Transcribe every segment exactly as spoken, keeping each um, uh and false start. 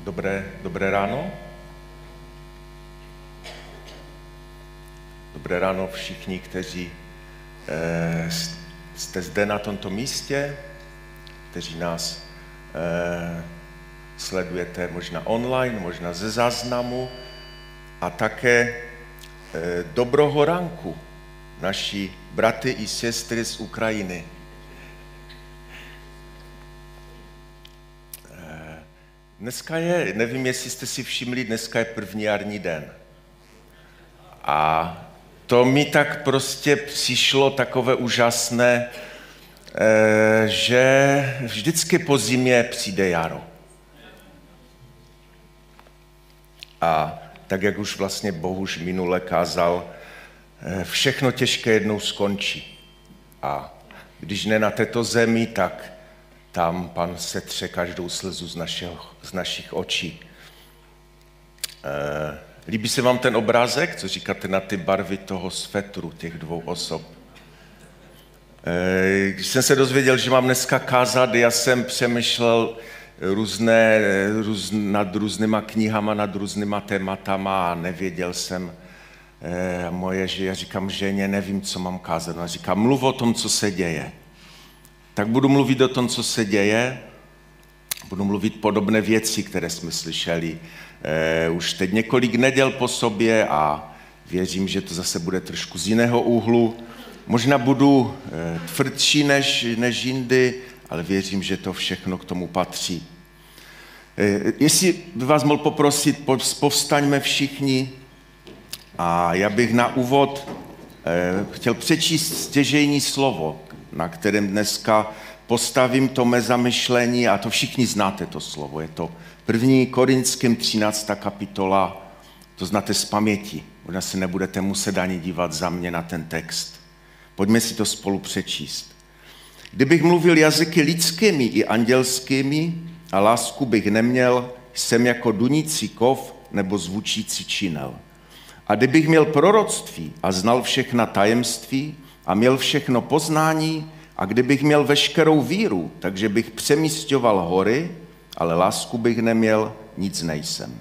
Dobré, dobré ráno. Dobré ráno všichni, kteří eh, jste zde na tomto místě, kteří nás eh, sledujete možná online, možná ze záznamu a také eh, dobrého ranku naši braty i sestry z Ukrajiny. Dneska je, nevím, jestli jste si všimli, dneska je první jarní den. A to mi tak prostě přišlo takové úžasné, že vždycky po zimě přijde jaro. A tak, jak už vlastně Bohuž minule kázal, všechno těžké jednou skončí. A když ne na této zemi, tak tam Pan setře každou slzu z, našeho, z našich očí. E, líbí se vám ten obrázek, co říkáte na ty barvy toho svetru, těch dvou osob? E, když jsem se dozvěděl, že mám dneska kázat, já jsem přemýšlel různé, růz, nad různýma knihama, nad různýma tématama a nevěděl jsem e, moje, že já říkám ženě, nevím, co mám kázat. Ona říká, mluv o tom, co se děje. Tak budu mluvit o tom, co se děje, budu mluvit podobné věci, které jsme slyšeli eh, už teď několik neděl po sobě a věřím, že to zase bude trošku z jiného úhlu. Možná budu eh, tvrdší než, než jindy, ale věřím, že to všechno k tomu patří. Eh, jestli by vás mohl poprosit, povstaňme všichni a já bych na úvod eh, chtěl přečíst stěžejní slovo, na kterém dneska postavím to mé zamyšlení, a to všichni znáte to slovo. Je to první Korinským třináctá kapitola, to znáte z paměti. Možná se nebudete muset ani dívat za mě na ten text. Pojďme si to spolu přečíst. Kdybych mluvil jazyky lidskými i andělskými a lásku bych neměl, jsem jako dunící kov nebo zvučící činel. A kdybych měl proroctví a znal všechna tajemství, a měl všechno poznání, a kdybych měl veškerou víru, takže bych přemísťoval hory, ale lásku bych neměl, nic nejsem.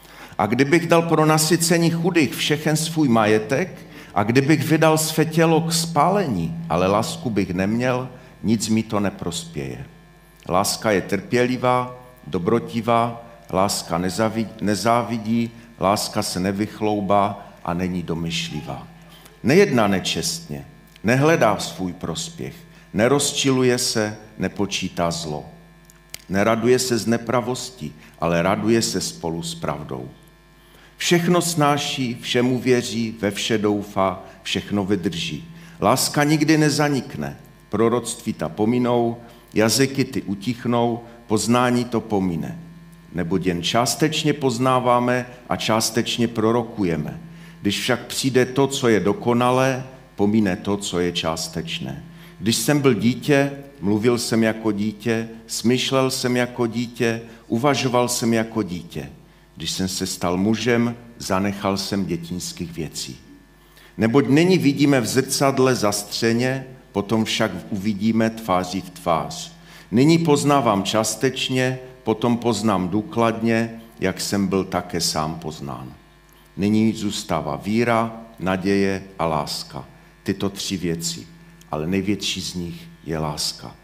A kdybych dal pro nasycení chudých všechen svůj majetek, a kdybych vydal své tělo k spálení, ale lásku bych neměl, nic mi to neprospěje. Láska je trpělivá, dobrotivá, láska nezávidí, láska se nevychloubá a není domyšlivá. Nejedná nečestně, nehledá svůj prospěch, nerozčiluje se, nepočítá zlo. Neraduje se z nepravosti, ale raduje se spolu s pravdou. Všechno snáší, všemu věří, ve vše doufá, všechno vydrží. Láska nikdy nezanikne, proroctví ta pominou, jazyky ty utichnou, poznání to pomine. Neboť jen částečně poznáváme a částečně prorokujeme. Když však přijde to, co je dokonalé, pomine to, co je částečné. Když jsem byl dítě, mluvil jsem jako dítě, smýšlel jsem jako dítě, uvažoval jsem jako dítě. Když jsem se stal mužem, zanechal jsem dětinských věcí. Neboť nyní vidíme v zrcadle zastřeně, potom však uvidíme tváří v tvář. Nyní poznávám částečně, potom poznám důkladně, jak jsem byl také sám poznán. Nyní zůstává víra, naděje a láska. Tyto tři věci, ale největší z nich je láska.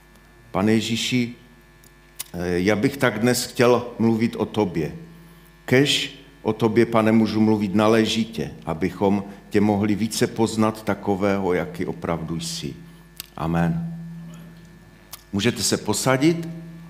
Pane Ježíši, já bych tak dnes chtěl mluvit o tobě. Kež o tobě, Pane, můžu mluvit náležitě, abychom tě mohli více poznat takového, jaký opravdu jsi. Amen. Můžete se posadit?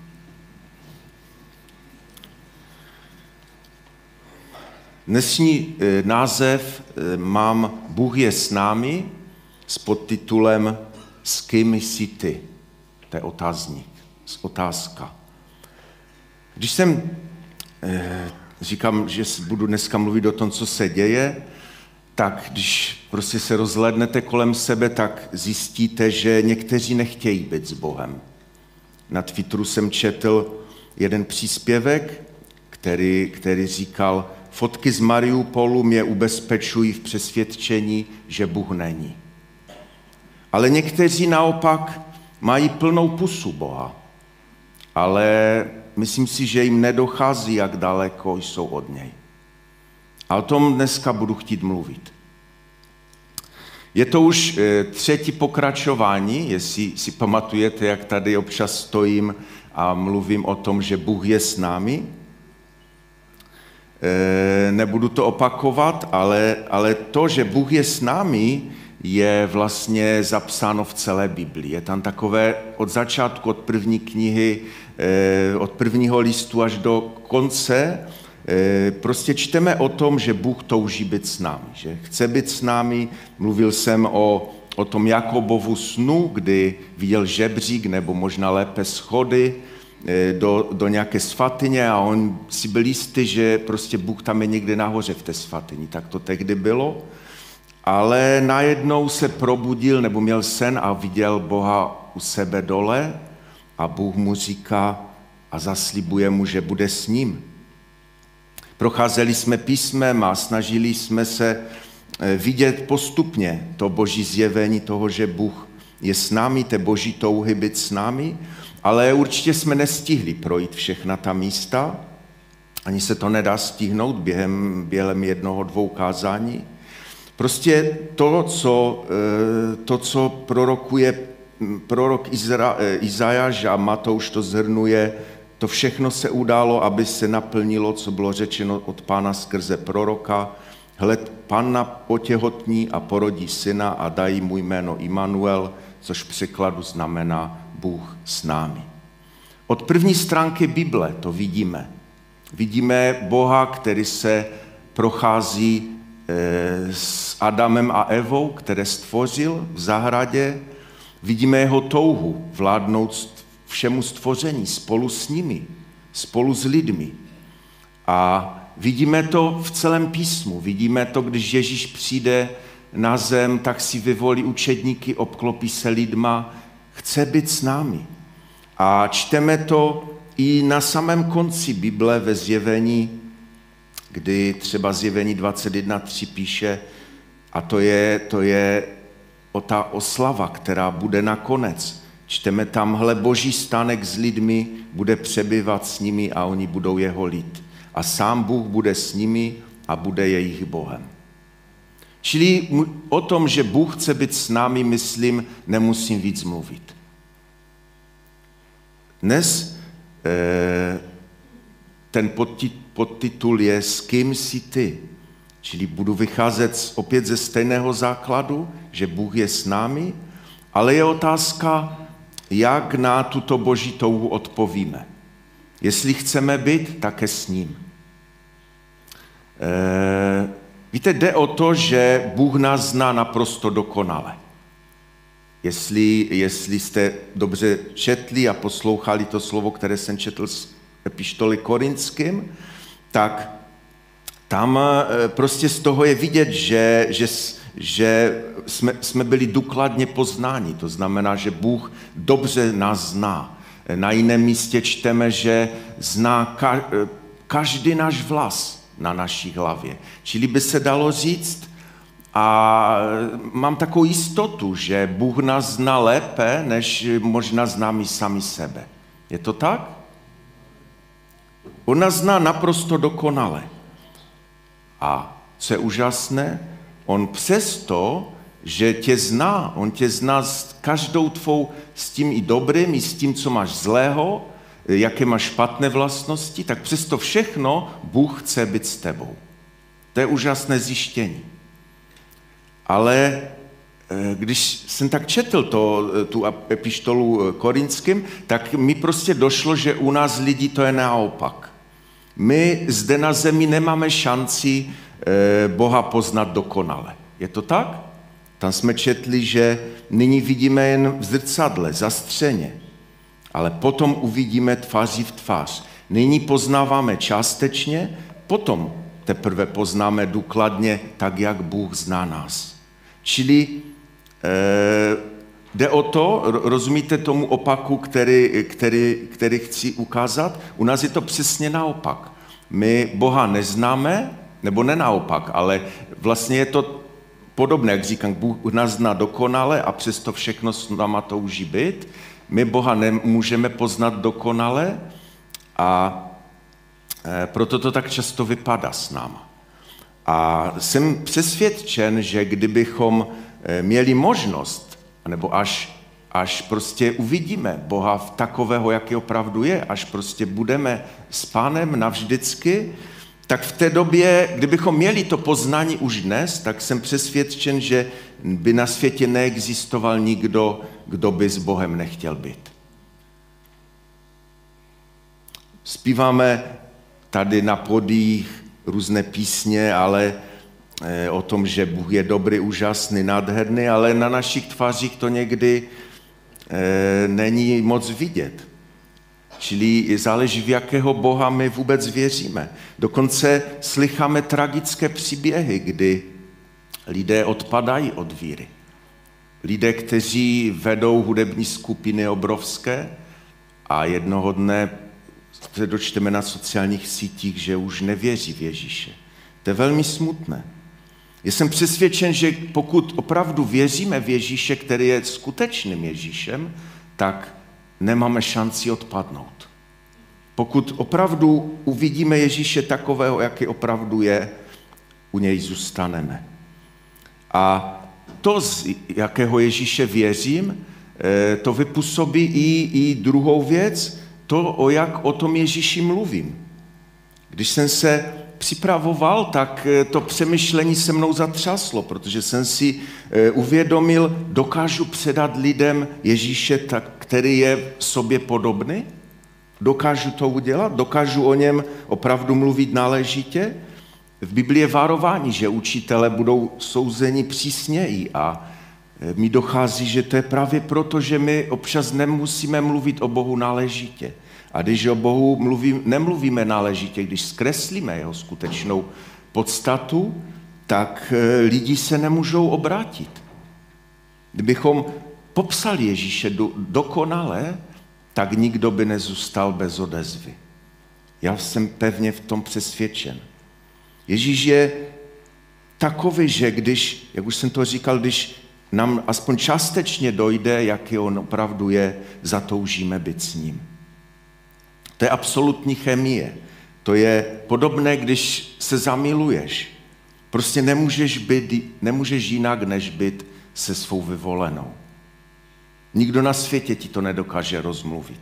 Dnešní název mám Bůh je s námi s podtitulem S kým jsi ty? To je otázník, otázka. Když jsem, říkám, že budu dneska mluvit o tom, co se děje, tak když prostě se rozhlédnete kolem sebe, tak zjistíte, že někteří nechtějí být s Bohem. Na Twitteru jsem četl jeden příspěvek, který, který říkal, fotky z Mariupolu mě ubezpečují v přesvědčení, že Bůh není. Ale někteří naopak mají plnou pusu Boha, ale myslím si, že jim nedochází, jak daleko jsou od něj. A o tom dneska budu chtít mluvit. Je to už třetí pokračování, jestli si pamatujete, jak tady občas stojím a mluvím o tom, že Bůh je s námi. Nebudu to opakovat, ale, ale to, že Bůh je s námi, je vlastně zapsáno v celé Biblii. Je tam takové od začátku, od první knihy, od prvního listu až do konce. Prostě čteme o tom, že Bůh touží být s námi, že chce být s námi. Mluvil jsem o, o tom Jakobovu snu, kdy viděl žebřík, nebo možná lépe schody do, do nějaké svatyně a on si byl jistý, že prostě Bůh tam je někde nahoře v té svatyni. Tak to tehdy bylo. Ale najednou se probudil, nebo měl sen a viděl Boha u sebe dole a Bůh mu říká a zaslibuje mu, že bude s ním. Procházeli jsme písmem a snažili jsme se vidět postupně to boží zjevení toho, že Bůh je s námi, té boží touhy být s námi, ale určitě jsme nestihli projít všechna ta místa, ani se to nedá stihnout během, během jednoho, dvou kázání. Prostě to, co, to, co prorokuje prorok Izra, Izajáš a Matouš to zhrnuje, to všechno se událo, aby se naplnilo, co bylo řečeno od Pána skrze proroka. Hled, Panna otěhotní a porodí syna a dají mu jméno Immanuel, což v překladu znamená Bůh s námi. Od první stránky Bible to vidíme. Vidíme Boha, který se prochází s Adamem a Evou, které stvořil v zahradě. Vidíme jeho touhu vládnout všemu stvoření spolu s nimi, spolu s lidmi. A vidíme to v celém písmu. Vidíme to, když Ježíš přijde na zem, tak si vyvolí učedníky, obklopí se lidma, chce být s námi. A čteme to i na samém konci Bible ve Zjevení, kdy třeba Zjevení dvacet jedna tři píše, a to je, to je o ta oslava, která bude nakonec. Čteme tamhle boží stánek s lidmi, bude přebyvat s nimi a oni budou jeho lid. A sám Bůh bude s nimi a bude jejich Bohem. Čili o tom, že Bůh chce být s námi, myslím, nemusím víc mluvit. Dnes eh, ten podtitul je S kým jsi ty? Čili budu vycházet opět ze stejného základu, že Bůh je s námi, ale je otázka, jak na tuto boží touhu odpovíme. Jestli chceme být, také s ním. E, víte, jde o to, že Bůh nás zná naprosto dokonale. Jestli, jestli jste dobře četli a poslouchali to slovo, které jsem četl z epištoly Korinským, tak tam prostě z toho je vidět, že, že, že jsme, jsme byli důkladně poznáni. To znamená, že Bůh dobře nás zná. Na jiném místě čteme, že zná každý náš vlas na naší hlavě. Čili by se dalo říct, a mám takovou jistotu, že Bůh nás zná lépe, než možná známe sami sebe. Je to tak? On nás zná naprosto dokonale. A co je úžasné, on přesto, že tě zná, on tě zná s každou tvou, s tím i dobrým, i s tím, co máš zlého, jaké máš špatné vlastnosti, tak přesto všechno Bůh chce být s tebou. To je úžasné zjištění. Ale když jsem tak četl to, tu epištolu Korinským, tak mi prostě došlo, že u nás lidí to je naopak. My zde na zemi nemáme šanci Boha poznat dokonale. Je to tak? Tam jsme četli, že nyní vidíme jen v zrcadle, zastřeně, ale potom uvidíme tváří v tvář. Nyní poznáváme částečně, potom teprve poznáme důkladně tak, jak Bůh zná nás. Čili eh, jde o to, rozumíte tomu opaku, který, který, který chci ukázat? U nás je to přesně naopak. My Boha neznáme, nebo ne naopak, ale vlastně je to podobné, jak říkám, Bůh nás zná dokonale a přesto všechno s náma touží být. My Boha nemůžeme poznat dokonale A proto to tak často vypadá s náma. A jsem přesvědčen, že kdybychom měli možnost, nebo až, až prostě uvidíme Boha v takového, jaký opravdu je, až prostě budeme s Pánem navždycky, tak v té době, kdybychom měli to poznání už dnes, tak jsem přesvědčen, že by na světě neexistoval nikdo, kdo by s Bohem nechtěl být. Zpíváme tady na podích různé písně, ale e, o tom, že Bůh je dobrý, úžasný, nádherný, ale na našich tvářích to někdy e, není moc vidět. Čili záleží, v jakého Boha my vůbec věříme. Dokonce slycháme tragické příběhy, kdy lidé odpadají od víry. Lidé, kteří vedou hudební skupiny obrovské a jednoho dne se dočteme na sociálních sítích, že už nevěří v Ježíše. To je velmi smutné. Jsem přesvědčen, že pokud opravdu věříme v Ježíše, který je skutečným Ježíšem, tak nemáme šanci odpadnout. Pokud opravdu uvidíme Ježíše takového, jaký opravdu je, u něj zůstaneme. A to, z jakého Ježíše věřím, to vypůsobí i, i druhou věc, to, o jak o tom Ježíši mluvím. Když jsem se připravoval, tak to přemýšlení se mnou zatřáslo, protože jsem si uvědomil, dokážu předat lidem Ježíše, který je sobě podobný? Dokážu to udělat? Dokážu o něm opravdu mluvit náležitě? V Biblii je varování, že učitelé budou souzeni přísněji a mi dochází, že to je právě proto, že my občas nemusíme mluvit o Bohu náležitě. A když o Bohu mluvím, nemluvíme náležitě, když zkreslíme jeho skutečnou podstatu, tak lidi se nemůžou obrátit. Kdybychom popsali Ježíše do, dokonale, tak nikdo by nezůstal bez odezvy. Já jsem pevně v tom přesvědčen. Ježíš je takový, že když, jak už jsem to říkal, když nám aspoň částečně dojde, jaký on opravdu je, zatoužíme být s ním. To je absolutní chemie. To je podobné, když se zamiluješ. Prostě nemůžeš, být, nemůžeš jinak, než být se svou vyvolenou. Nikdo na světě ti to nedokáže rozmluvit.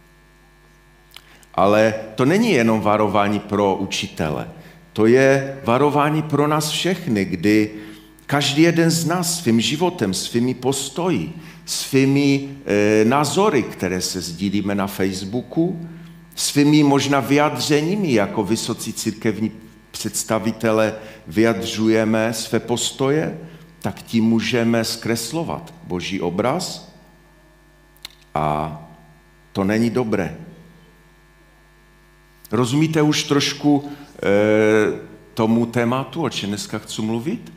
Ale to není jenom varování pro učitele. To je varování pro nás všechny, kdy každý jeden z nás svým životem, svými postoji, svými e, názory, které se sdílíme na Facebooku, svými možná vyjadřeními, jako vysocí církevní představitele vyjadřujeme své postoje, tak tím můžeme zkreslovat Boží obraz a to není dobré. Rozumíte už trošku e, tomu tématu, o čem dneska chci mluvit?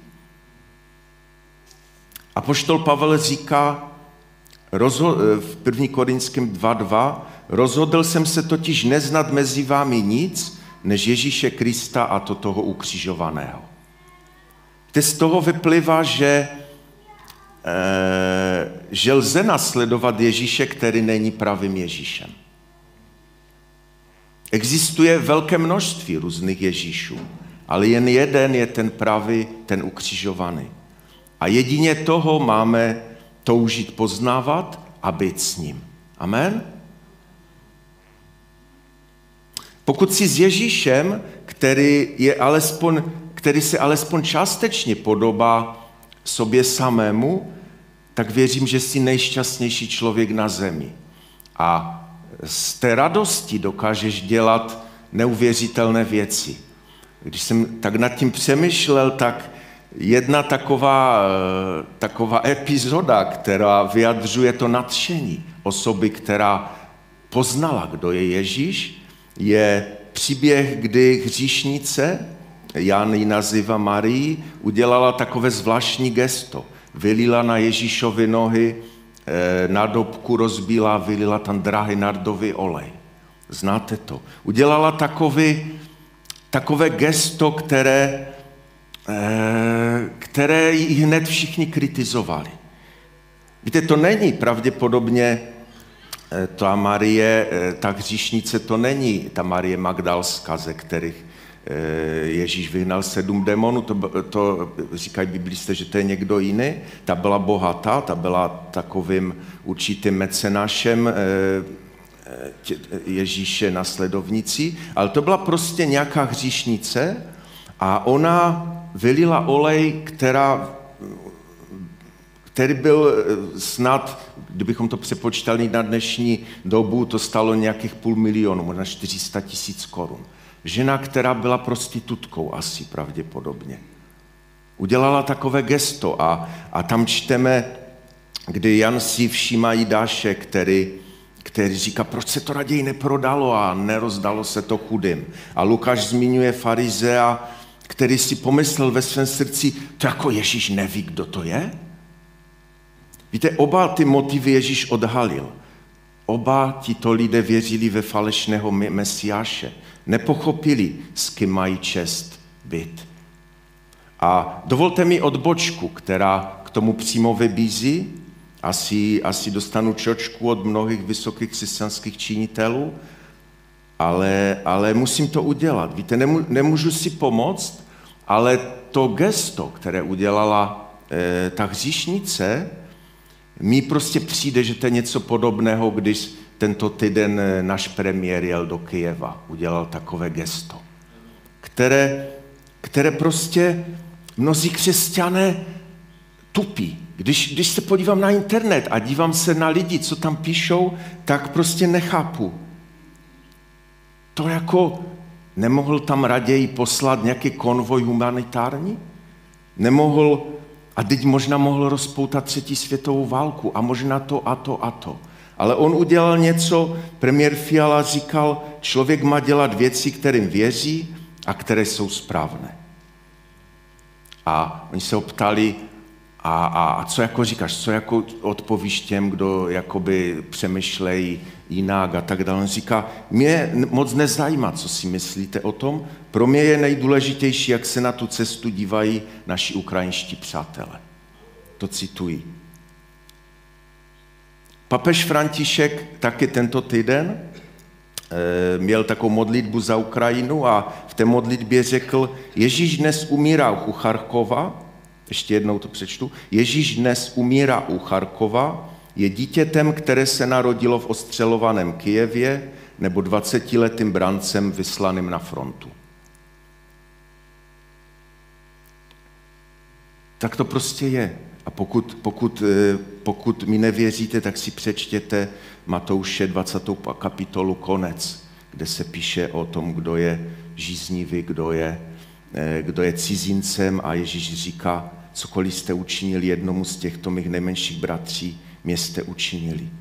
Apoštol Pavel říká rozho- v první Korinským dva dva, rozhodl jsem se totiž neznat mezi vámi nic, než Ježíše Krista a to toho ukřižovaného. Teď z toho vyplývá, že, e, že lze nasledovat Ježíše, který není pravým Ježíšem. Existuje velké množství různých Ježíšů, ale jen jeden je ten pravý, ten ukřižovaný. A jedině toho máme toužit poznávat a být s ním. Amen? Pokud jsi s Ježíšem, který, je alespoň, který se alespoň částečně podobá sobě samému, tak věřím, že jsi nejšťastnější člověk na zemi. A z té radosti dokážeš dělat neuvěřitelné věci. Když jsem tak nad tím přemýšlel, tak jedna taková, taková epizoda, která vyjadřuje to nadšení osoby, která poznala, kdo je Ježíš, je příběh, kdy hříšnice, Jan ji nazývá Marii, udělala takové zvláštní gesto. Vylila na Ježíšovy nohy nádobku, rozbíla, vylila tam drahý nardový olej. Znáte to? Udělala takový, takové gesto, které, které jí hned všichni kritizovali. Víte, to není pravděpodobně ta Marie, ta hříšnice to není ta Marie Magdalská, ze kterých Ježíš vyhnal sedm démonů, to, to říkají biblisté, že to je někdo jiný. Ta byla bohatá, ta byla takovým určitým mecenášem Ježíše nasledovnicí, ale to byla prostě nějaká hříšnice a ona vylila olej, která, který byl snad, kdybychom to přepočítali na dnešní dobu, to stalo nějakých půl milionu, možná čtyři sta tisíc korun. Žena, která byla prostitutkou asi pravděpodobně. Udělala takové gesto a, a tam čteme, kdy Jan si všímá Jidáše, který, který říká, proč se to raději neprodalo a nerozdalo se to chudým. A Lukáš zmiňuje farizea, který si pomyslel ve svém srdci, to jako Ježíš neví, kdo to je? Víte, oba ty motivy Ježíš odhalil. Oba tito lidé věřili ve falešného mesiáše. Nepochopili, s kým mají čest být. A dovolte mi odbočku, která k tomu přímo vybízí. Asi, asi dostanu čočku od mnohých vysokých křesťanských činitelů, ale, ale musím to udělat. Víte, nemů, nemůžu si pomoct, ale to gesto, které udělala e, ta hříšnice, mi prostě přijde, že to je něco podobného, když tento týden náš premiér jel do Kyjeva, udělal takové gesto, které, které prostě mnozí křesťané tupí. Když, když se podívám na internet a dívám se na lidi, co tam píšou, tak prostě nechápu. To jako nemohl tam raději poslat nějaký konvoj humanitární? Nemohl, a teď možná mohl rozpoutat třetí světovou válku a možná to a to a to. Ale on udělal něco, premiér Fiala říkal, člověk má dělat věci, kterým věří a které jsou správné. A oni se ho ptali, a, a, a co jako říkáš, co jako odpovíš těm, kdo jakoby přemýšlejí jinak a tak dále. On říká, mě moc nezajímá, co si myslíte o tom, pro mě je nejdůležitější, jak se na tu cestu dívají naši ukrajinští přátelé. To cituji. Papež František taky tento týden e, měl takovou modlitbu za Ukrajinu a v té modlitbě řekl, Ježíš dnes umírá u Charkova, ještě jednou to přečtu, Ježíš dnes umírá u Charkova, je dítětem, které se narodilo v ostřelovaném Kyjevě nebo dvacetiletým brancem vyslaným na frontu. Tak to prostě je. A pokud, pokud, pokud mi nevěříte, tak si přečtěte Matouše dvacátou kapitolu konec, kde se píše o tom, kdo je žíznivý, kdo je, kdo je cizincem a Ježíš říká, cokoliv jste učinili jednomu z těchto mých nejmenších bratří, mě jste učinili.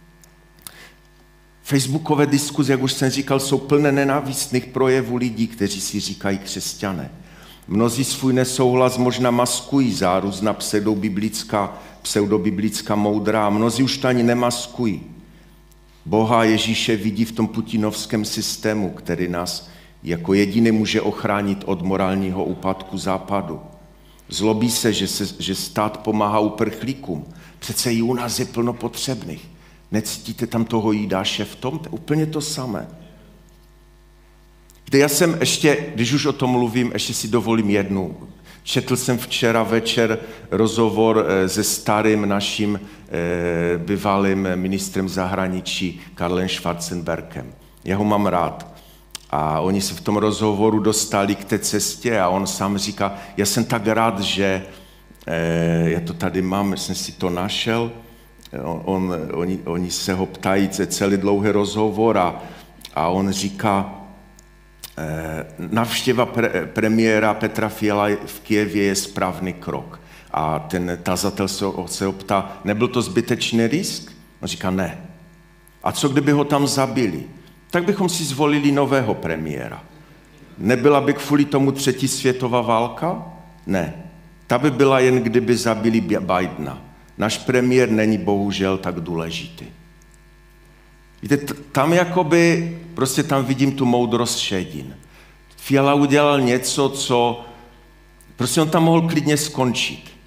Facebookové diskuze, jak už jsem říkal, jsou plné nenávistných projevů lidí, kteří si říkají křesťané. Mnozí svůj nesouhlas možná maskují za různá pseudobiblická, pseudobiblická moudra a mnozí už to ani nemaskují. Boha Ježíše vidí v tom putinovském systému, který nás jako jediný může ochránit od morálního úpadku západu. Zlobí se, že, se, že stát pomáhá uprchlíkům. Přece i u nás je plno potřebných. Necítíte tam toho Jidáše v tom? To je úplně to samé. Kde já jsem ještě, když už o tom mluvím, ještě si dovolím jednu. Četl jsem včera večer rozhovor se starým naším e, bývalým ministrem zahraničí Karlem Schwarzenbergem. Já ho mám rád. A oni se v tom rozhovoru dostali k té cestě a on sám říká, já jsem tak rád, že e, já to tady mám, jsem si to našel. On, on, oni, oni se ho ptají celý dlouhý rozhovor a, a on říká, navštěva pre, premiéra Petra Fiala v Kyjevě je správný krok. A ten tazatel se, se ho ptá, nebyl to zbytečný risk? On říká, ne. A co kdyby ho tam zabili? Tak bychom si zvolili nového premiéra. Nebyla by kvůli tomu třetí světová válka? Ne. Ta by byla jen, kdyby zabili Bidena. Náš premiér není bohužel tak důležitý. Víte, tam jakoby, prostě tam vidím tu moudrost šedin. Fiala udělal něco, co, prostě on tam mohl klidně skončit.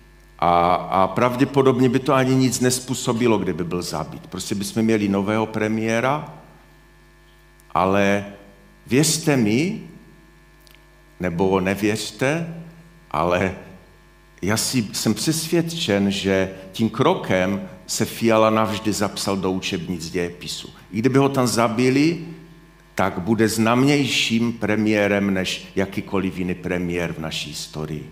A, a pravděpodobně by to ani nic nespůsobilo, kdyby byl zabit. Prostě bychom měli nového premiéra, ale věřte mi, nebo nevěřte, ale já si, jsem přesvědčen, že tím krokem se Fiala navždy zapsal do učebnic dějepisu. I kdyby ho tam zabili, tak bude známějším premiérem než jakýkoliv jiný premiér v naší historii.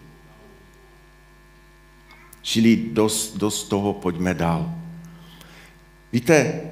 Čili dost, dost toho, pojďme dál. Víte,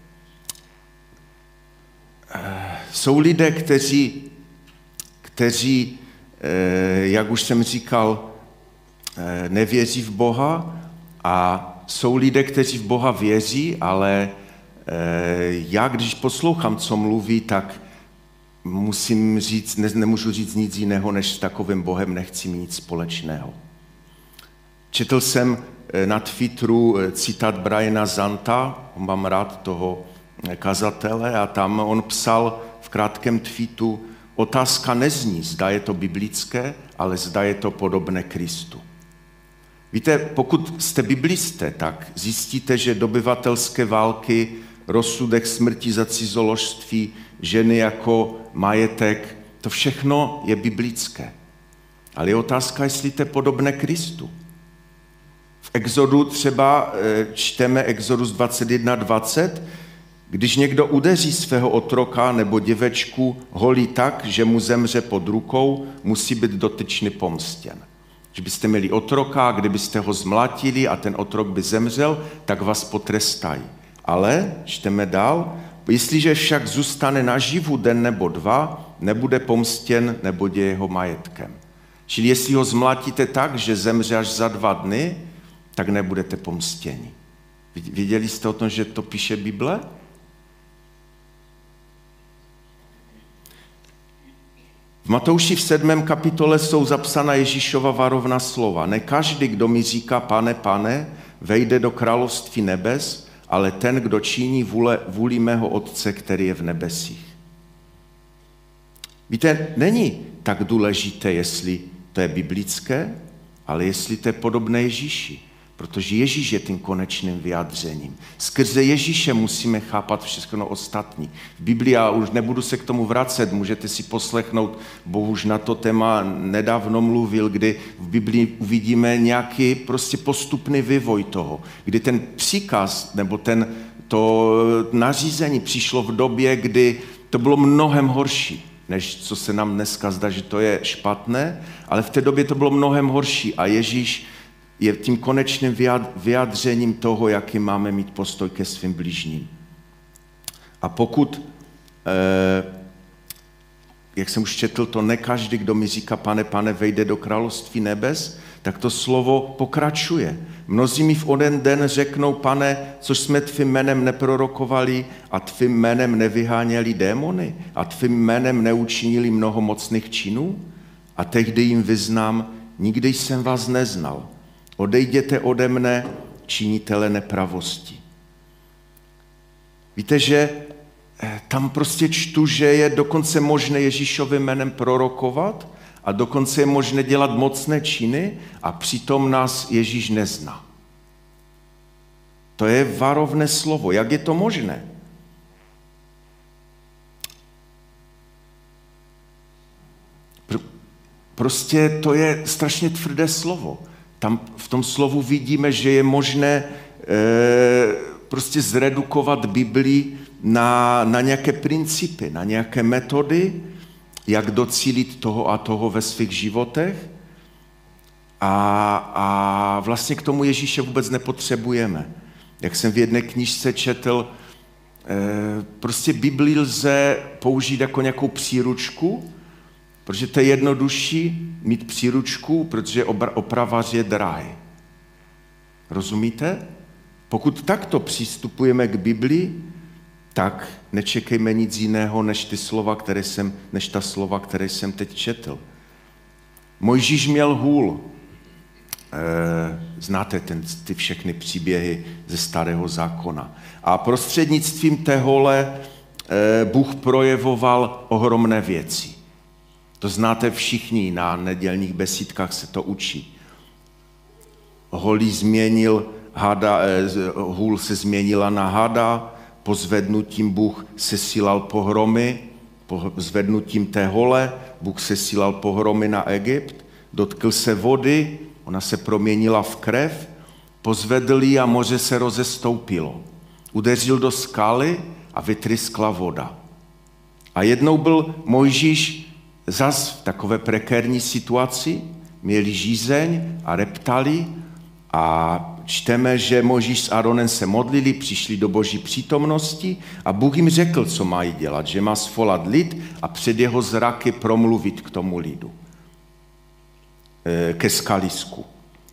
jsou lidé, kteří, kteří, jak už jsem říkal, nevěří v Boha, a jsou lidé, kteří v Boha věří, ale já, když poslouchám, co mluví, tak musím říct, ne, nemůžu říct nic jiného, než s takovým Bohem nechci mít nic společného. Četl jsem na Twitteru citát Briana Zanta, mám rád toho kazatele, a tam on psal v krátkém tweetu: otázka nezní, zda je to biblické, ale zda je to podobné Kristu. Víte, pokud jste biblisté, tak zjistíte, že dobyvatelské války, rozsudek smrti za cizoložství, ženy jako majetek, to všechno je biblické. Ale je otázka, jestli to je podobné Kristu. V Exodu třeba čteme Exodus dvacet jedna dvacet, když někdo udeří svého otroka nebo děvečku holí tak, že mu zemře pod rukou, musí být dotyčný pomstěn. Že byste měli otroka, kdybyste ho zmlatili a ten otrok by zemřel, tak vás potrestají. Ale, čteme dál, jestliže však zůstane naživu den nebo dva, nebude pomstěn, neboť je jeho majetkem. Čili jestli ho zmlatíte tak, že zemře až za dva dny, tak nebudete pomstěni. Viděli jste o tom, že to píše Bible? V Matouši v sedmém kapitole jsou zapsána Ježíšova varovná slova. Ne každý, kdo mi říká pane, pane, vejde do království nebes, ale ten, kdo činí vůle, vůli mého Otce, který je v nebesích. Víte, není tak důležité, jestli to je biblické, ale jestli to je podobné Ježíši. Protože Ježíš je tím konečným vyjádřením. Skrze Ježíše musíme chápat všechno ostatní. V Biblii, já už nebudu se k tomu vracet, můžete si poslechnout, Bůh už na to téma nedávno mluvil, kdy v Biblii uvidíme nějaký prostě postupný vývoj toho, kdy ten příkaz nebo ten, to nařízení přišlo v době, kdy to bylo mnohem horší, než co se nám dneska zdá, že to je špatné, ale v té době to bylo mnohem horší a Ježíš je tím konečným vyjádřením toho, jaký máme mít postoj ke svým bližním. A pokud, eh, jak jsem už četl, to ne každý, kdo mi říká, pane, pane, vejde do království nebes, tak to slovo pokračuje. Mnozí mi v onen den řeknou, pane, což jsme tvým jménem neprorokovali a tvým jménem nevyháněli démony a tvým jménem neučinili mnoho mocných činů? A tehdy jim vyznám, nikdy jsem vás neznal. Odejděte ode mne, činitele nepravosti. Víte, že tam prostě čtu, že je dokonce možné Ježíšovým jménem prorokovat a dokonce je možné dělat mocné činy a přitom nás Ježíš nezná. To je varovné slovo. Jak je to možné? Prostě to je strašně tvrdé slovo. Tam v tom slovu vidíme, že je možné e, prostě zredukovat Biblii na, na nějaké principy, na nějaké metody, jak docílit toho a toho ve svých životech. A, a vlastně k tomu Ježíše vůbec nepotřebujeme. Jak jsem v jedné knížce četl, e, prostě Biblii lze použít jako nějakou příručku, protože to je jednodušší mít příručku, protože opravař je drahý. Rozumíte? Pokud takto přistupujeme k Biblii, tak nečekejme nic jiného, než ty slova, které jsem, než ta slova, které jsem teď četl. Mojžíš měl hůl. E, znáte ten, ty všechny příběhy ze Starého zákona. A prostřednictvím té hole e, Bůh projevoval ohromné věci. To znáte všichni, na nedělních besídkách se to učí. holí změnil, hada, hůl se změnila na hada, po zvednutím Bůh sesílal pohromy, po zvednutím té hole Bůh sesílal pohromy na Egypt, dotkl se vody, ona se proměnila v krev, pozvedl ji a moře se rozestoupilo. Udeřil do skaly a vytryskla voda. A jednou byl Mojžíš zas v takové prekérní situaci, měli žízeň a reptali a čteme, že Mojžíš s Áronem se modlili, přišli do Boží přítomnosti a Bůh jim řekl, co mají dělat, že má svolat lid a před jeho zraky promluvit k tomu lidu, ke skalisku.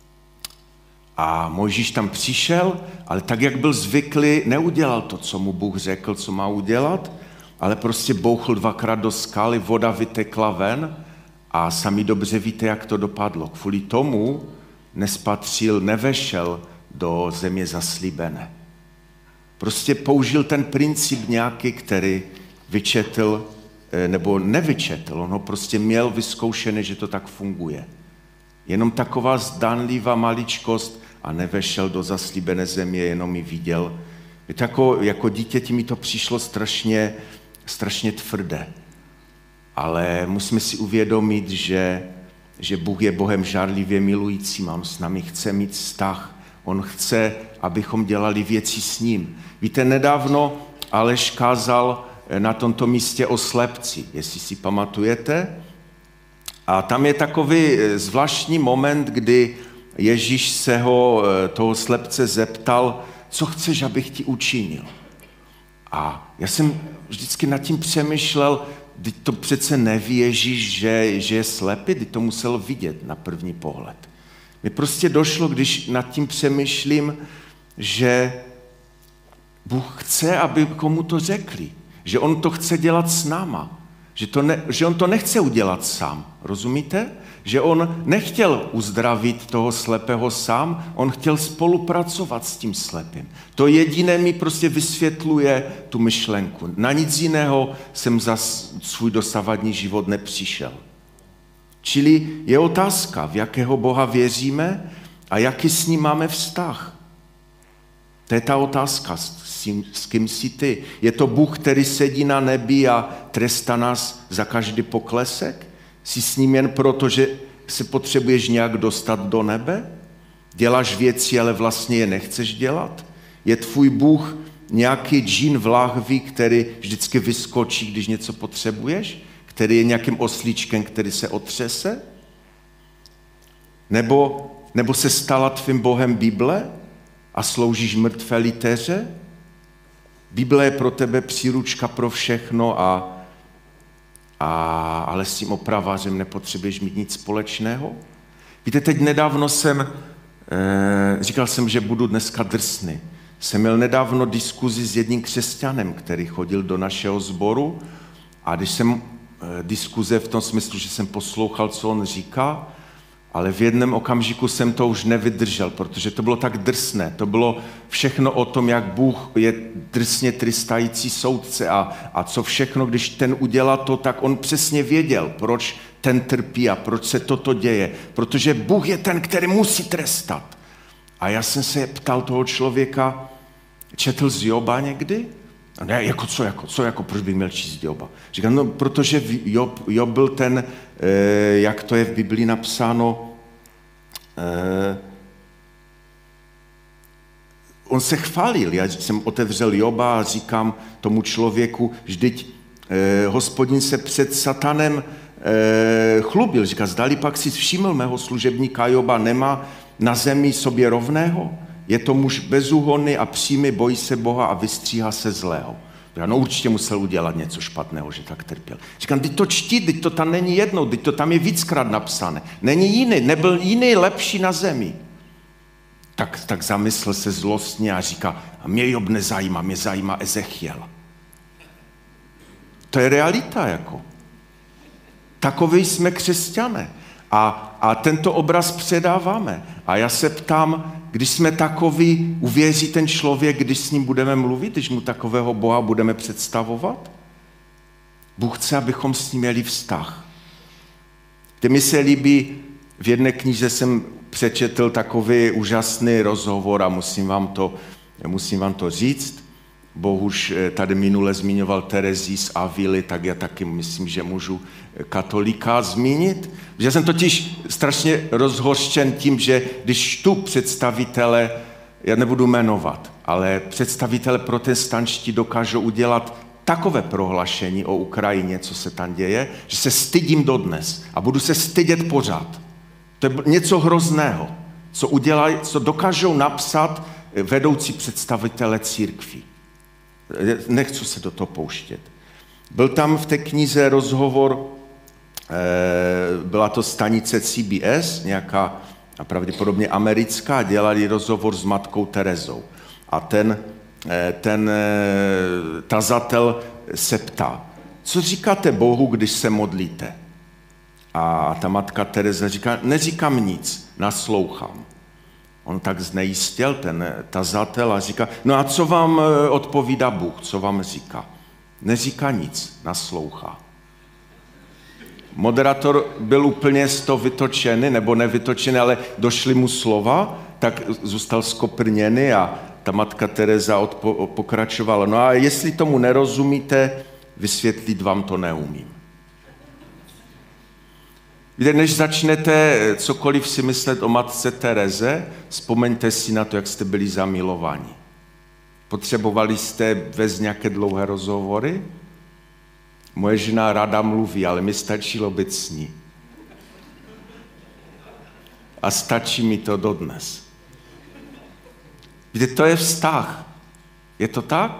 A Mojžíš tam přišel, ale tak, jak byl zvyklý, neudělal to, co mu Bůh řekl, co má udělat, ale prostě bouchl dvakrát do skaly, voda vytekla ven a sami dobře víte, jak to dopadlo. Kvůli tomu nespatřil, nevešel do země zaslíbené. Prostě použil ten princip nějaký, který vyčetl, nebo nevyčetl, on ho prostě měl vyzkoušený, že to tak funguje. Jenom taková zdánlivá maličkost a nevešel do zaslíbené země, jenom ji viděl. Víte, jako, jako dítěti mi to přišlo strašně, strašně tvrdé. Ale musíme si uvědomit, že, že Bůh je Bohem žárlivě milujícím a on s námi chce mít vztah. On chce, abychom dělali věci s ním. Víte, nedávno Aleš kázal na tomto místě o slepci, jestli si pamatujete. A tam je takový zvláštní moment, kdy Ježíš se ho, toho slepce zeptal, co chceš, abych ti učinil. A já jsem vždycky nad tím přemýšlel, teď to přece neví Ježíš, že, že je slepý, teď to musel vidět na první pohled. Mi prostě došlo, když nad tím přemýšlím, že Bůh chce, aby komu to řekli, že on to chce dělat s náma, že, to ne, že on to nechce udělat sám, rozumíte? Že on nechtěl uzdravit toho slepého sám, on chtěl spolupracovat s tím slepým. To jediné mi prostě vysvětluje tu myšlenku. Na nic jiného jsem za svůj dosavadní život nepřišel. Čili je otázka, v jakého Boha věříme a jaký s ním máme vztah. To je ta otázka, s, tím, s kým jsi ty. Je to Bůh, který sedí na nebi a trestá nás za každý poklesek? Jsi s ním jen proto, že se potřebuješ nějak dostat do nebe? Děláš věci, ale vlastně je nechceš dělat? Je tvůj Bůh nějaký džín v láhvi, který vždycky vyskočí, když něco potřebuješ? Který je nějakým oslíčkem, který se otřese? Nebo, nebo se stala tvým Bohem Bible a sloužíš mrtvé liteře? Bible je pro tebe příručka pro všechno, a, a, ale s tím opravářem nepotřebuješ mít nic společného? Víte, teď nedávno jsem, e, říkal jsem, že budu dneska drsný. Jsem měl nedávno diskuzi s jedním křesťanem, který chodil do našeho sboru, a když jsem e, diskuze v tom smyslu, že jsem poslouchal, co on říká, ale v jednom okamžiku jsem to už nevydržel, protože to bylo tak drsné. To bylo všechno o tom, jak Bůh je drsně trystající soudce a, a co všechno, když ten udělá to, tak on přesně věděl, proč ten trpí a proč se toto děje. Protože Bůh je ten, který musí trestat. A já jsem se ptal toho člověka, četl z Joba někdy? Ne, jako co, jako, co, jako, proč bych měl číst Joba? Říkám, no, protože Job, Job byl ten, eh, jak to je v Biblii napsáno, eh, on se chválil. Já jsem otevřel Joba a říkám tomu člověku, vždyť eh, Hospodin se před Satanem eh, chlubil. Říká, zdali pak si všiml mého služebníka Joba, nemá na zemi sobě rovného? Je to muž bezúhonný a přímý, bojí se Boha a vystříhá se zlého. No určitě musel udělat něco špatného, že tak trpěl. Říkám, teď to čti, teď to tam není jednou, teď to tam je víckrát napsané. Není jiný, nebyl jiný lepší na zemi. Tak, tak zamyslel se zlostně a říká, a mě Job nezajímá, mě zajímá Ezechiel. To je realita, jako. Takoví jsme křesťané. A, a tento obraz předáváme. A já se ptám, když jsme takoví, uvěří ten člověk, když s ním budeme mluvit, když mu takového Boha budeme představovat? Bůh chce, abychom s ním měli vztah. Kde mi se líbí, v jedné knize jsem přečetl takový úžasný rozhovor a musím vám to, musím vám to říct. Bohuž tady minule zmiňoval Terezí z Avily, tak já taky myslím, že můžu katolíka zmínit. Já jsem totiž strašně rozhořčen tím, že když tu představitele, já nebudu jmenovat, ale představitele protestantští dokážou udělat takové prohlášení o Ukrajině, co se tam děje, že se stydím dodnes a budu se stydět pořád. To je něco hrozného, co udělají, co dokážou napsat vedoucí představitele církví. Nechci se do toho pouštět. Byl tam v té knize rozhovor, byla to stanice C B S, nějaká pravděpodobně americká, dělali rozhovor s matkou Terezou. A ten, ten tazatel se ptá, co říkáte Bohu, když se modlíte? A ta matka Tereza říká, neříkám nic, naslouchám. On tak znejistěl, ten tazatel, a říká, no a co vám odpovídá Bůh, co vám říká? Neříká nic, naslouchá. Moderátor byl úplně z toho vytočený, nebo nevytočený, ale došly mu slova, tak zůstal skoprněný a ta matka Tereza odpo- pokračovala. No a jestli tomu nerozumíte, vysvětlit vám to neumím. Víte, než začnete cokoliv si myslet o matce Tereze, vzpomeňte si na to, jak jste byli zamilovaní. Potřebovali jste vést nějaké dlouhé rozhovory? Moje žena ráda mluví, ale mi stačilo být s ní. A stačí mi to dodnes. Víte, to je vztah. Je to tak?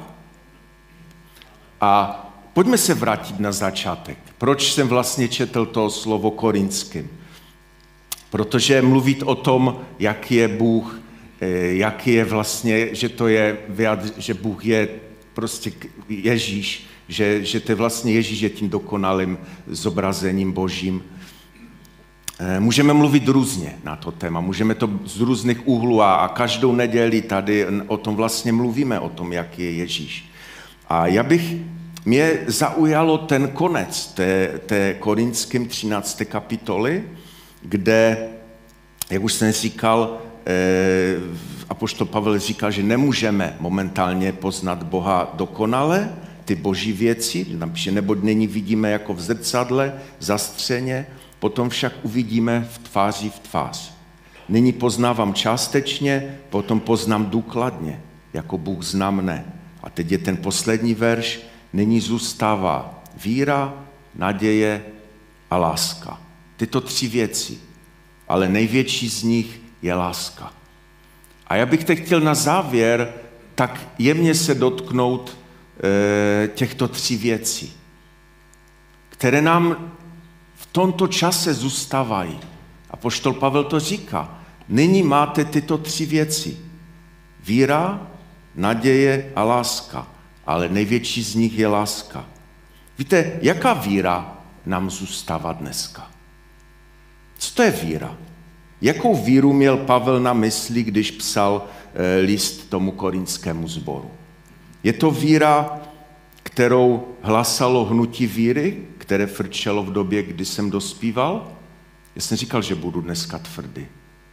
A pojďme se vrátit na začátek. Proč jsem vlastně četl to slovo Korinským? Protože mluvit o tom, jak je Bůh, jak je vlastně, že to je, že Bůh je prostě Ježíš, že, že to je vlastně Ježíš je tím dokonalým zobrazením Božím. Můžeme mluvit různě na to téma, můžeme to z různých úhlů a, a každou neděli tady o tom vlastně mluvíme, o tom, jak je Ježíš. A já bych, mě zaujalo ten konec té, té Korinským třinácté kapitoly, kde, jak už jsem říkal, eh, apoštol Pavel říkal, že nemůžeme momentálně poznat Boha dokonale, ty boží věci, že nebo nyní vidíme jako v zrcadle, zastřeně, potom však uvidíme v tváři v tvář. Nyní poznávám částečně, potom poznám důkladně, jako Bůh zná mne. A teď je ten poslední verš, nyní zůstává víra, naděje a láska. Tyto tři věci, ale největší z nich je láska. A já bych teď chtěl na závěr tak jemně se dotknout e, těchto tří věcí, které nám v tomto čase zůstávají. Apoštol Pavel to říká. Nyní máte tyto tři věci. Víra, naděje a láska. Ale největší z nich je láska. Víte, jaká víra nám zůstává dneska? Co to je víra? Jakou víru měl Pavel na mysli, když psal e, list tomu korintskému sboru? Je to víra, kterou hlasalo hnutí víry, které frčelo v době, kdy jsem dospíval? Já jsem říkal, že budu dneska tvrdý.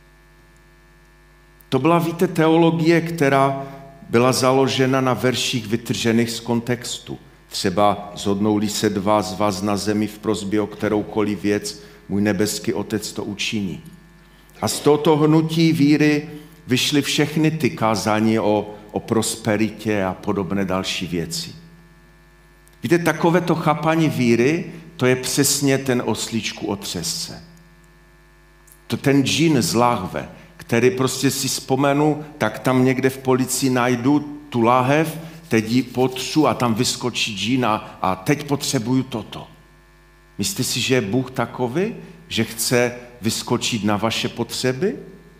To byla, víte, teologie, která byla založena na verších vytržených z kontextu. Třeba zhodnou-li se dva z vás na zemi v prosbě o kteroukoliv věc, můj nebeský Otec to učiní. A z tohoto hnutí víry vyšly všechny ty kázání o, o prosperitě a podobné další věci. Víte, takovéto chápání víry, to je přesně ten oslíčku otřesce. To ten džín z láhve, který prostě si vzpomenu, tak tam někde v policii najdu tu láhev, teď ji potřu a tam vyskočí džín a, a teď potřebuju toto. Myslíte si, že je Bůh takový, že chce vyskočit na vaše potřeby?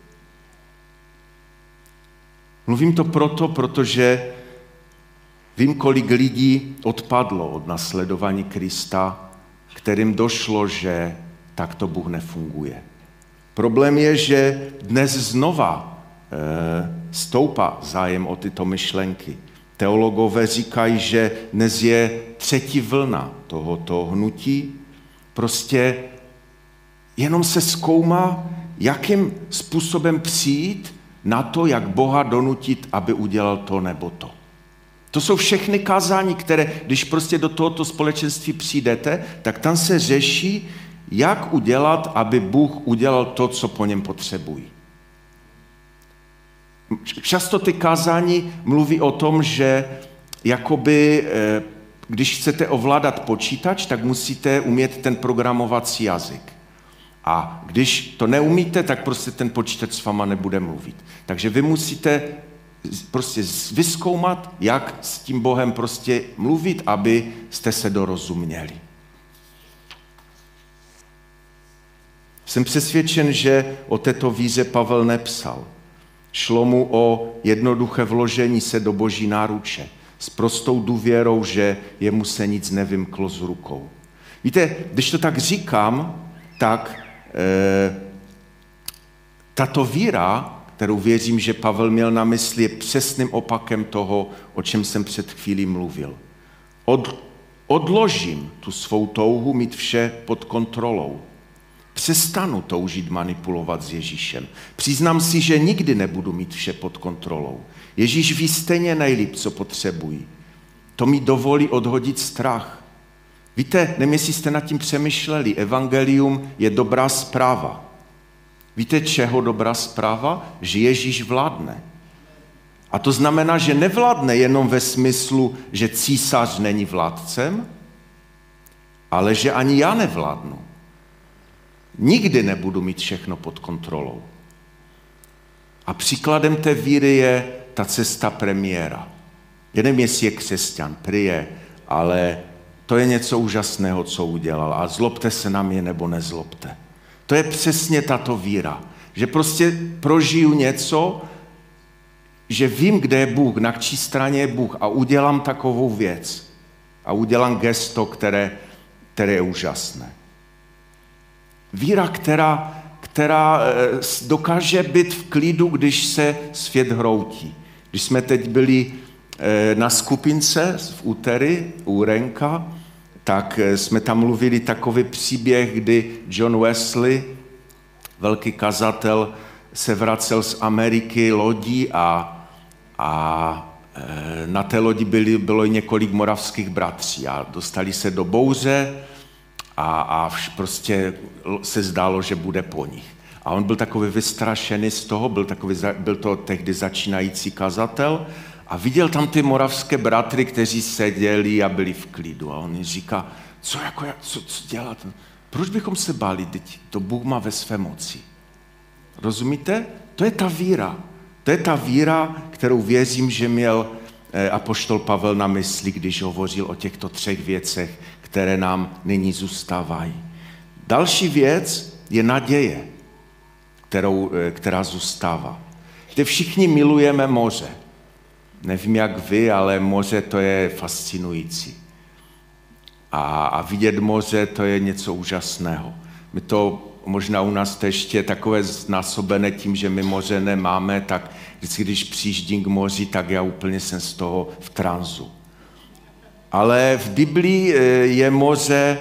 Mluvím to proto, protože vím, kolik lidí odpadlo od nasledování Krista, kterým došlo, že takto Bůh nefunguje. Problém je, že dnes znova e, stoupá zájem o tyto myšlenky. Teologové říkají, že dnes je třetí vlna tohoto hnutí. Prostě jenom se zkoumá, jakým způsobem přijít na to, jak Boha donutit, aby udělal to nebo to. To jsou všechny kázání, které, když prostě do tohoto společenství přijdete, tak tam se řeší, jak udělat, aby Bůh udělal to, co po něm potřebují. Často ty kázání mluví o tom, že jakoby, když chcete ovládat počítač, tak musíte umět ten programovací jazyk. A když to neumíte, tak prostě ten počítač s váma nebude mluvit. Takže vy musíte prostě vyzkoumat, jak s tím Bohem prostě mluvit, aby jste se dorozuměli. Jsem přesvědčen, že o této víře Pavel nepsal. Šlo mu o jednoduché vložení se do Boží náruče s prostou důvěrou, že jemu se nic nevymklo z rukou. Víte, když to tak říkám, tak e, tato víra, kterou věřím, že Pavel měl na mysli, je přesným opakem toho, o čem jsem před chvílí mluvil. Od, odložím tu svou touhu mít vše pod kontrolou. Přestanu toužit manipulovat s Ježíšem. Přiznám si, že nikdy nebudu mít vše pod kontrolou. Ježíš ví stejně nejlíp, co potřebují. To mi dovolí odhodit strach. Víte, nevím, jestli jste nad tím přemýšleli, evangelium je dobrá zpráva. Víte, čeho dobrá zpráva? Že Ježíš vládne. A to znamená, že nevládne jenom ve smyslu, že císař není vládcem, ale že ani já nevládnu. Nikdy nebudu mít všechno pod kontrolou. A příkladem té víry je ta cesta premiéra. Já nevím, jestli je křesťan, prý je, ale to je něco úžasného, co udělal. A zlobte se na mě nebo nezlobte. To je přesně tato víra. Že prostě prožiju něco, že vím, kde je Bůh, na čí straně je Bůh a udělám takovou věc. A udělám gesto, které, které je úžasné. Víra, která, která dokáže být v klidu, když se svět hroutí. Když jsme teď byli na skupince v úterý u Renka, tak jsme tam mluvili takový příběh, kdy John Wesley, velký kazatel, se vracel z Ameriky lodí a, a na té lodi byli, bylo několik moravských bratří a dostali se do bouře a, a prostě se zdálo, že bude po nich. A on byl takový vystrašený z toho, byl, takový, byl to tehdy začínající kazatel a viděl tam ty moravské bratry, kteří seděli a byli v klidu. A on říká, co, jako, co, co dělat? Proč bychom se báli? Teď to Bůh má ve své moci. Rozumíte? To je ta víra. To je ta víra, kterou věřím, že měl apoštol Pavel na mysli, když hovořil o těchto třech věcech, které nám nyní zůstávají. Další věc je naděje, kterou, která zůstává. Víte, všichni milujeme moře. Nevím, jak vy, ale moře to je fascinující. A, a vidět moře, to je něco úžasného. My to možná u nás to ještě takové znásobené tím, že my moře nemáme, tak vždycky, když přijíždím k moři, tak já úplně jsem z toho v tranzu. Ale v Biblii je moře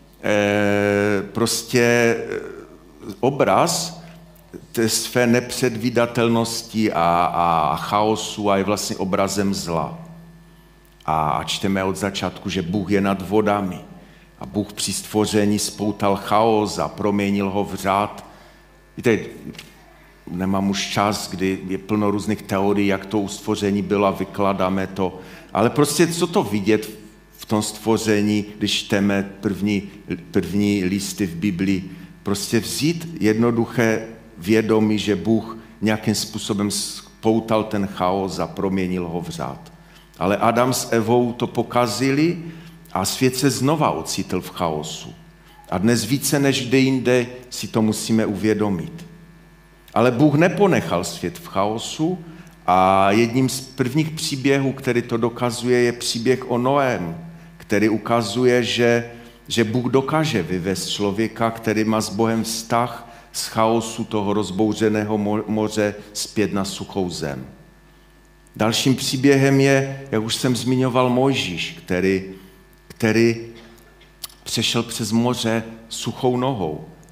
prostě obraz té své nepředvídatelnosti a, a chaosu a je vlastně obrazem zla. A čteme od začátku, že Bůh je nad vodami. A Bůh při stvoření spoutal chaos a proměnil ho v řád. Víte, nemám už čas, kdy je plno různých teorií, jak to u stvoření bylo a vykládáme to. Ale prostě co to vidět v tom stvoření, když čteme první, první listy v Biblii? Prostě vzít jednoduché vědomí, že Bůh nějakým způsobem spoutal ten chaos a proměnil ho v řád. Ale Adam s Evou to pokazili a svět se znova ocitl v chaosu. A dnes více než kde jinde si to musíme uvědomit. Ale Bůh neponechal svět v chaosu a jedním z prvních příběhů, který to dokazuje, je příběh o Noém, který ukazuje, že, že Bůh dokáže vyvést člověka, který má s Bohem vztah z chaosu toho rozbouřeného moře zpět na suchou zem. Dalším příběhem je, jak už jsem zmiňoval, Mojžíš, který, který přešel přes moře suchou nohou.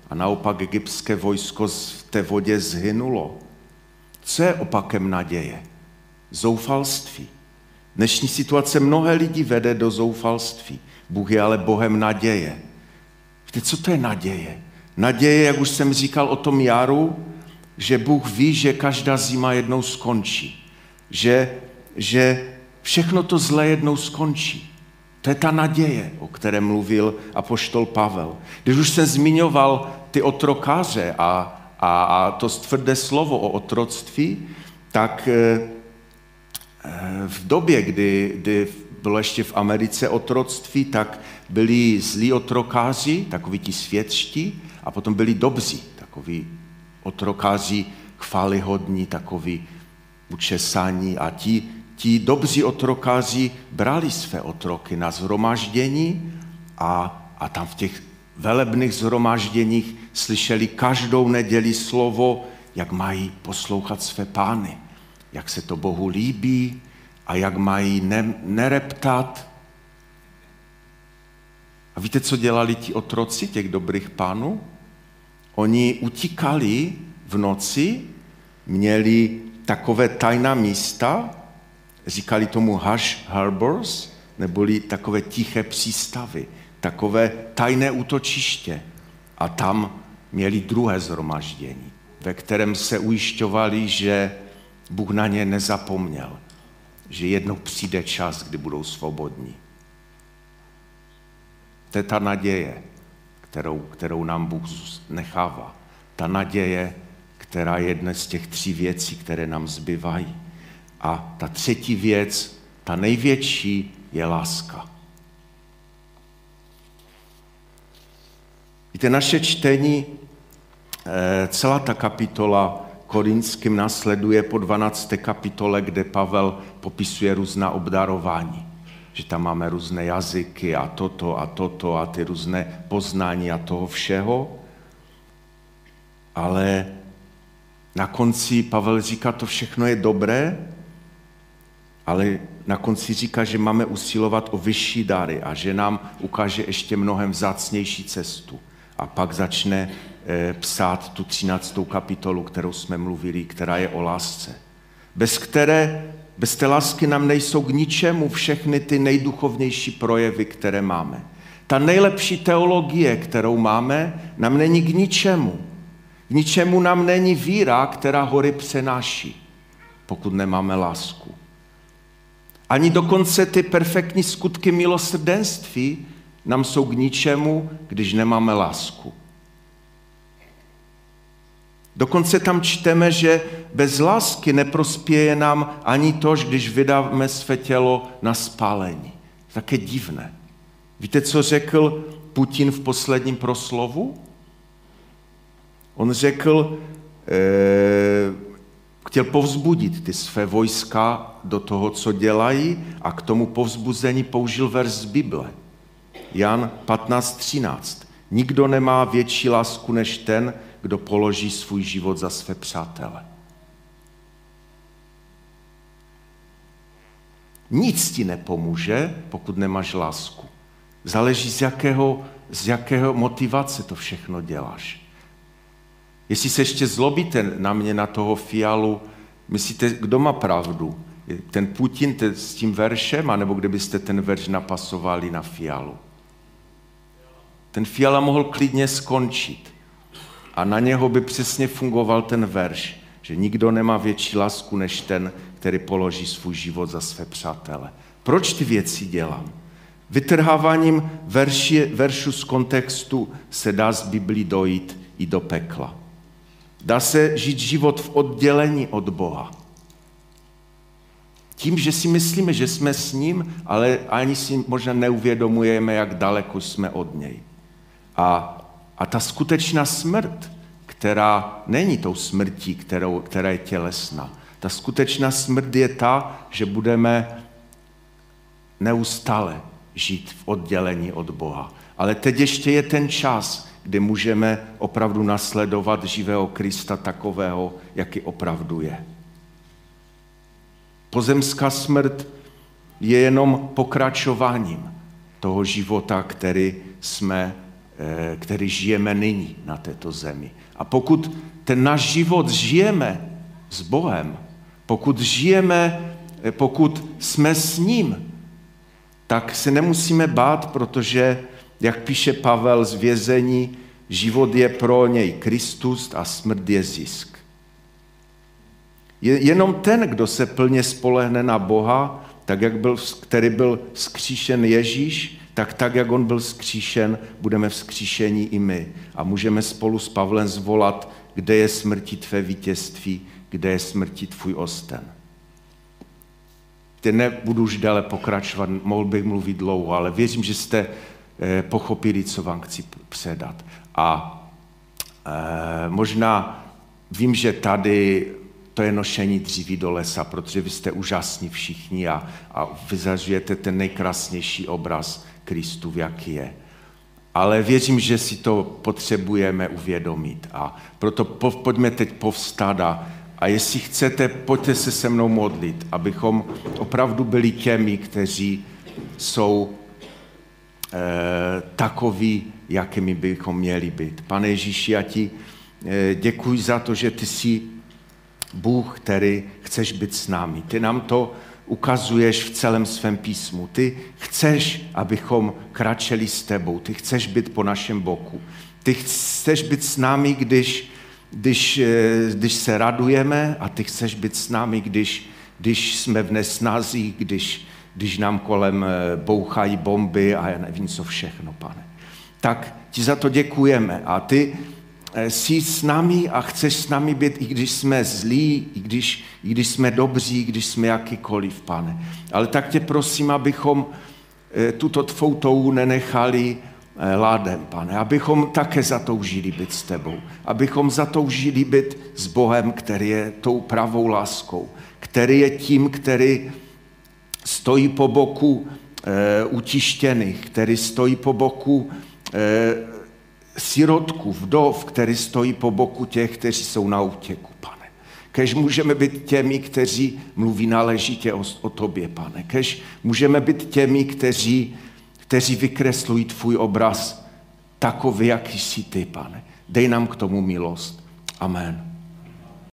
a naopak egyptské vojsko v té vodě zhynulo. Co je opakem naděje? Zoufalství. Dnešní situace mnohé lidi vede do zoufalství. Bůh je ale Bohem naděje. Víte, co to je naděje? Naděje, jak už jsem říkal o tom jaru, že Bůh ví, že každá zima jednou skončí. Že, že všechno to zlé jednou skončí. To je ta naděje, o které mluvil apoštol Pavel. Když už jsem zmiňoval ty otrokáře a, a, a to tvrdé slovo o otroctví, tak e, v době, kdy, kdy bylo ještě v Americe otroctví, tak byli zlí otrokáři, takoví ti světští, a potom byli dobří, takoví otrokáři chvályhodní, takoví učesaní, a ti, ti dobří otrokáři brali své otroky na shromaždění a, a tam v těch velebných shromažděních slyšeli každou neděli slovo, jak mají poslouchat své pány, jak se to Bohu líbí a jak mají ne, nereptat. A víte, co dělali ti otroci těch dobrých pánů? Oni utíkali v noci, měli takové tajná místa, říkali tomu hush harbors, neboli takové tiché přístavy, takové tajné útočiště. A tam měli druhé shromaždění, ve kterém se ujišťovali, že Bůh na ně nezapomněl, že jednou přijde čas, kdy budou svobodní. To je ta naděje, kterou, kterou nám Bůh nechává. Ta naděje, která je jedna z těch tří věcí, které nám zbývají. A ta třetí věc, ta největší, je láska. Víte, naše čtení, celá ta kapitola Korinským následuje po dvanácté kapitole, kde Pavel popisuje různá obdarování. Že tam máme různé jazyky a toto a toto a ty různé poznání a toho všeho. Ale na konci Pavel říká, to všechno je dobré, ale na konci říká, že máme usilovat o vyšší dary a že nám ukáže ještě mnohem vzácnější cestu. A pak začne e, psát tu třináctou kapitolu, kterou jsme mluvili, která je o lásce. Bez které, bez té lásky nám nejsou k ničemu všechny ty nejduchovnější projevy, které máme. Ta nejlepší teologie, kterou máme, nám není k ničemu. K ničemu nám není víra, která hory přenáší, pokud nemáme lásku. Ani dokonce ty perfektní skutky milosrdenství nám jsou k ničemu, když nemáme lásku. Dokonce tam čteme, že bez lásky neprospěje nám ani to, když vydáme své tělo na spálení. Také divné. Víte, co řekl Putin v posledním proslovu? On řekl, eh, chtěl povzbudit ty své vojska do toho, co dělají, a k tomu povzbuzení použil verš z Bible. Jan patnáct třináct. Nikdo nemá větší lásku než ten, kdo položí svůj život za své přátele. Nic ti nepomůže, pokud nemáš lásku. Záleží, z jakého, z jakého motivace to všechno děláš. Jestli se ještě zlobíte na mě, na toho Fialu, myslíte, kdo má pravdu? Ten Putin ten, s tím veršem, anebo kdybyste ten verš napasovali na Fialu? Ten Fiala mohl klidně skončit. A na něho by přesně fungoval ten verš, že nikdo nemá větší lásku než ten, který položí svůj život za své přátele. Proč ty věci dělám? Vytrháváním verši, veršu z kontextu se dá z Biblí dojít i do pekla. Dá se žít život v oddělení od Boha. Tím, že si myslíme, že jsme s ním, ale ani si možná neuvědomujeme, jak daleko jsme od něj. A, a ta skutečná smrt, která není tou smrtí, kterou, která je tělesná. Ta skutečná smrt je ta, že budeme neustále žít v oddělení od Boha. Ale teď ještě je ten čas, kdy můžeme opravdu nasledovat živého Krista takového, jaký opravdu je. Pozemská smrt je jenom pokračováním toho života, který jsme který žijeme nyní na této zemi. A pokud ten náš život žijeme s Bohem, pokud žijeme, pokud jsme s ním, tak se nemusíme bát, protože, jak píše Pavel z vězení, život je pro něj Kristus a smrt je zisk. Je jenom ten, kdo se plně spolehne na Boha, tak jak byl, který byl vzkříšen Ježíš, tak tak, jak on byl vzkříšen, budeme vzkříšeni i my. A můžeme spolu s Pavlem zvolat, kde je smrti tvé vítězství, kde je smrti tvůj osten. Teď nebudu už dále pokračovat, mohl bych mluvit dlouho, ale věřím, že jste pochopili, co vám chci předat. A e, možná vím, že tady to je nošení dříví do lesa, protože vy jste úžasní všichni a, a vyzařujete ten nejkrásnější obraz Kristův, jaký je. Ale věřím, že si to potřebujeme uvědomit. A proto po, pojďme teď povstat a, a jestli chcete, pojďte se se mnou modlit, abychom opravdu byli těmi, kteří jsou e, takoví, jakými bychom měli být. Pane Ježíši, já ti e, děkuji za to, že ty jsi Bůh, který chceš být s námi. Ty nám to ukazuješ v celém svém písmu. Ty chceš, abychom kračeli s tebou. Ty chceš být po našem boku. Ty chceš být s námi, když, když, když se radujeme a ty chceš být s námi, když, když jsme v nesnázích, když, když nám kolem bouchají bomby a já nevím, co všechno, Pane. Tak ti za to děkujeme a ty jsi s námi a chceš s námi být, i když jsme zlí, i když, i když jsme dobří, i když jsme jakýkoliv, Pane. Ale tak tě prosím, abychom tuto tvou touhu nenechali ládem, Pane. Abychom také zatoužili být s tebou. Abychom zatoužili být s Bohem, který je tou pravou láskou. Který je tím, který stojí po boku e, utištěných, který stojí po boku e, sirotků, vdov, který stojí po boku těch, kteří jsou na útěku, Pane. Kež můžeme být těmi, kteří mluví náležitě o, o tobě, Pane. Kež můžeme být těmi, kteří, kteří vykreslují tvůj obraz takový, jaký jsi ty, Pane. Dej nám k tomu milost. Amen.